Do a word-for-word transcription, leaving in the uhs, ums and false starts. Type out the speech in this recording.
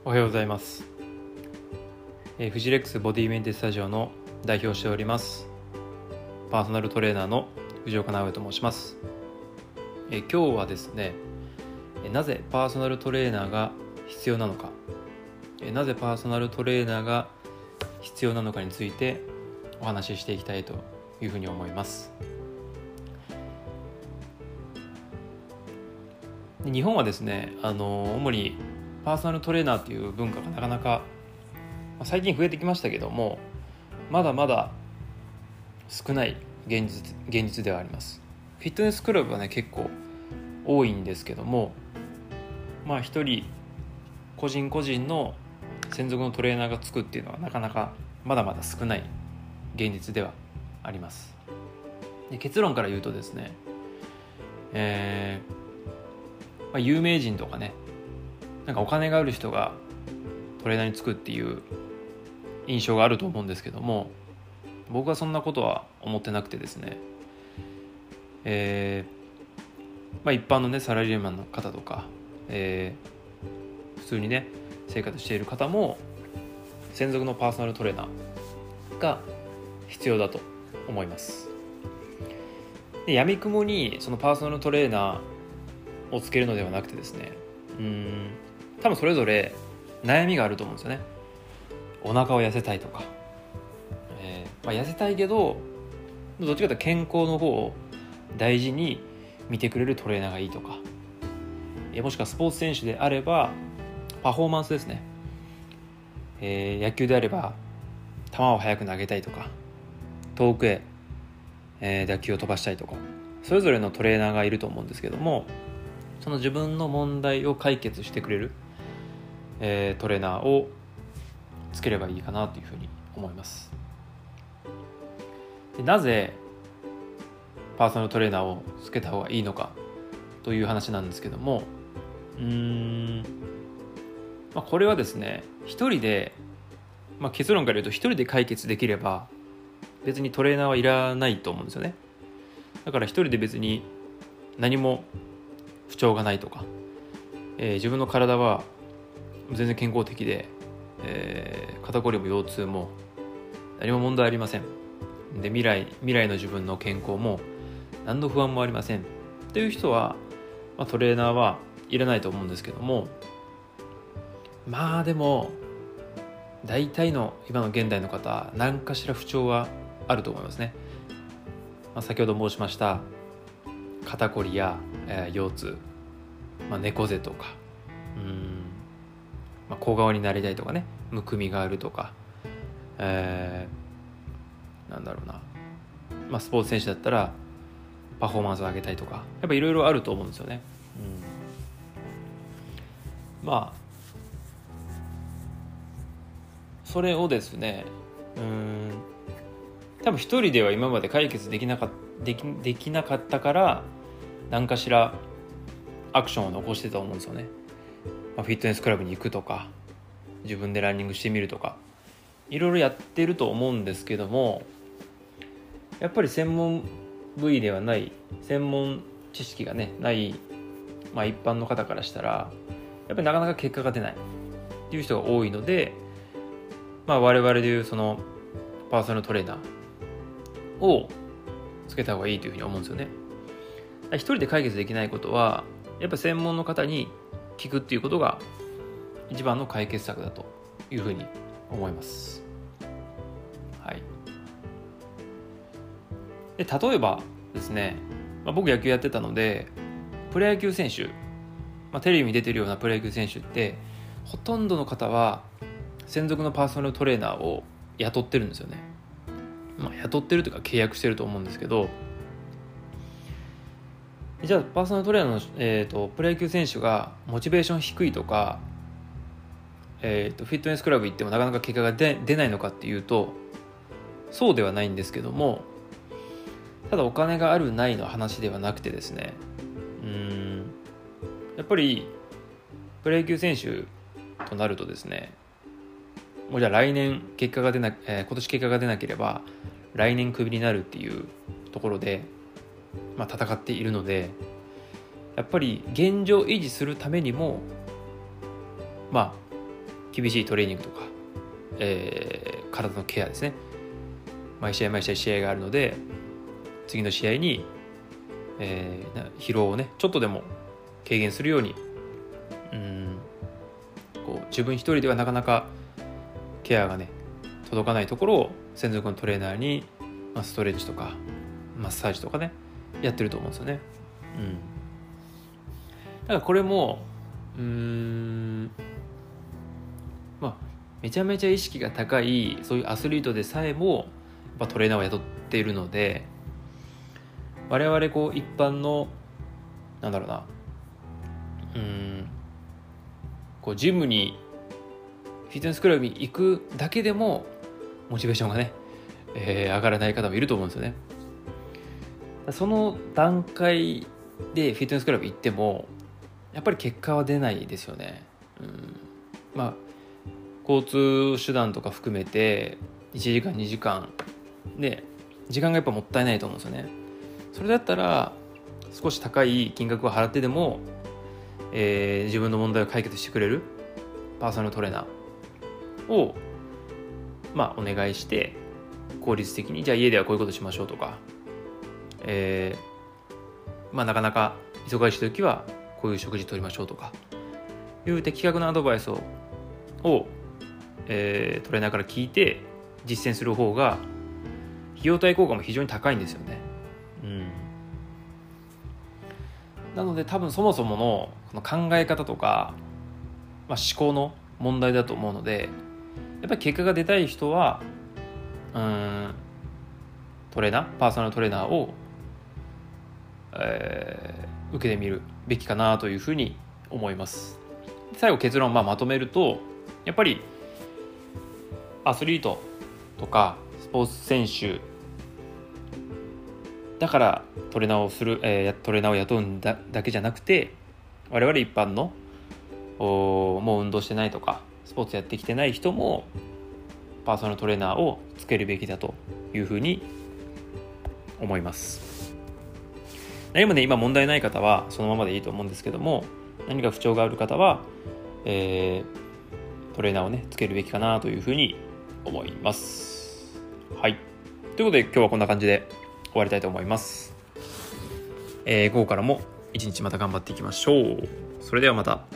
おはようございます、えー、フジレックスボディメンテスタジオの代表をしておりますパーソナルトレーナーの藤岡直江と申します、えー、今日はですね、えー、なぜパーソナルトレーナーが必要なのか、えー、なぜパーソナルトレーナーが必要なのかについてお話ししていきたいというふうに思います。日本はですね、あの主にパーソナルトレーナーという文化がなかなか最近増えてきましたけども、まだまだ少ない現実、現実ではあります。フィットネスクラブはね結構多いんですけども、まあ一人個人個人の専属のトレーナーがつくっていうのはなかなかまだまだ少ない現実ではあります。で、結論から言うとですね、えーまあ、有名人とかね、なんかお金がある人がトレーナーにつくっていう印象があると思うんですけども、僕はそんなことは思ってなくてですね、えーまあ、一般のねサラリーマンの方とか、えー、普通にね生活している方も専属のパーソナルトレーナーが必要だと思います。で、闇雲にそのパーソナルトレーナーをつけるのではなくてですね、うーん多分それぞれ悩みがあると思うんですよね。お腹を痩せたいとか、えーまあ、痩せたいけどどっちかというと健康の方を大事に見てくれるトレーナーがいいとか、えー、もしくはスポーツ選手であればパフォーマンスですね、えー、野球であれば球を速く投げたいとか、遠くへ、えー、打球を飛ばしたいとか、それぞれのトレーナーがいると思うんですけども、その自分の問題を解決してくれる、えー、トレーナーをつければいいかなというふうに思います。で、なぜパーソナルトレーナーをつけた方がいいのかという話なんですけども、うーん、まあ、これはですね一人で、まあ、結論から言うと一人で解決できれば別にトレーナーはいらないと思うんですよね。だから一人で別に何も不調がないとか、えー、自分の体は全然健康的で、えー、肩こりも腰痛も何も問題ありません。で、未来未来の自分の健康も何の不安もありませんっていう人は、まあ、トレーナーはいらないと思うんですけども、まあでも大体の今の現代の方何かしら不調はあると思いますね。まあ、先ほど申しました肩こりや、えー、腰痛、まあ、猫背とか、うーん、まあ、小顔になりたいとかね、むくみがあるとか、えー、なんだろうな、まあ、スポーツ選手だったらパフォーマンスを上げたいとか、やっぱいろいろあると思うんですよね。うん、まあそれをですね、うーん多分一人では今まで解決できなかったでき、できなかったから何かしらアクションを残してたと思うんですよね。まあ、フィットネスクラブに行くとか、自分でランニングしてみるとか、いろいろやってると思うんですけども、やっぱり専門部位ではない、専門知識がねない、まあ、一般の方からしたらやっぱりなかなか結果が出ないっていう人が多いので、まあ、我々でいうそのパーソナルトレーナーをつけた方がいいというふうに思うんですよね。一人で解決できないことはやっぱり専門の方に聞くっていうことが一番の解決策だというふうに思います。はい。で、例えばですね、まあ、僕野球やってたのでプロ野球選手、まあ、テレビに出てるようなプロ野球選手ってほとんどの方は専属のパーソナルトレーナーを雇ってるんですよね。まあ、雇ってるというか契約してると思うんですけど、じゃあパーソナルトレーナーの、えー、とプロ野球選手がモチベーション低いとか、えー、とフィットネスクラブ行ってもなかなか結果が出、出ないのかっていうとそうではないんですけども、ただお金があるないの話ではなくてですね、うーんやっぱりプロ野球選手となるとですね、もうじゃあ来年結果が出な、えー、今年結果が出なければ来年クビになるっていうところで、まあ、戦っているので、やっぱり現状維持するためにもまあ厳しいトレーニングとか、えー、体のケアですね、毎試合毎試合試合があるので、次の試合に、えー、疲労をねちょっとでも軽減するように、うんこう自分一人ではなかなかケアがね届かないところを専属のトレーナーに、まあ、ストレッチとかマッサージとかねやってると思うんですよね。うん、だからこれもうーんまあめちゃめちゃ意識が高いそういうアスリートでさえもやっぱトレーナーを雇っているので、我々こう一般のなんだろうなうーんこうジムにフィットネスクラブに行くだけでもモチベーションがね、えー、上がらない方もいると思うんですよね。その段階でフィットネスクラブ行ってもやっぱり結果は出ないですよね。うん、まあ交通手段とか含めていちじかんにじかんで時間がやっぱもったいないと思うんですよね。それだったら少し高い金額を払ってでも、えー、自分の問題を解決してくれるパーソナルトレーナーをまあお願いして、効率的にじゃあ家ではこういうことしましょうとか、えー、まあなかなか忙しい時はこういう食事取りましょうとかいう的確なアドバイスを、をえー、トレーナーから聞いて実践する方が費用対効果も非常に高いんですよね。うん、なので多分そもそものこの考え方とか、まあ、思考の問題だと思うので、やっぱり結果が出たい人はうーんトレーナーパーソナルトレーナーを、えー、受けてみるべきかなというふうに思います。最後結論をまあまとめると、やっぱりアスリートとかスポーツ選手だからトレーナーをする、えー、トレーナーを雇うんだ、だけじゃなくて、我々一般のもう運動してないとかスポーツやってきてない人もパーソナルトレーナーをつけるべきだというふうに思います。何もね今問題ない方はそのままでいいと思うんですけども、何か不調がある方は、えー、トレーナーをねつけるべきかなというふうに思います。はい、ということで今日はこんな感じで終わりたいと思います。えー、午後からも一日また頑張っていきましょう。それではまた。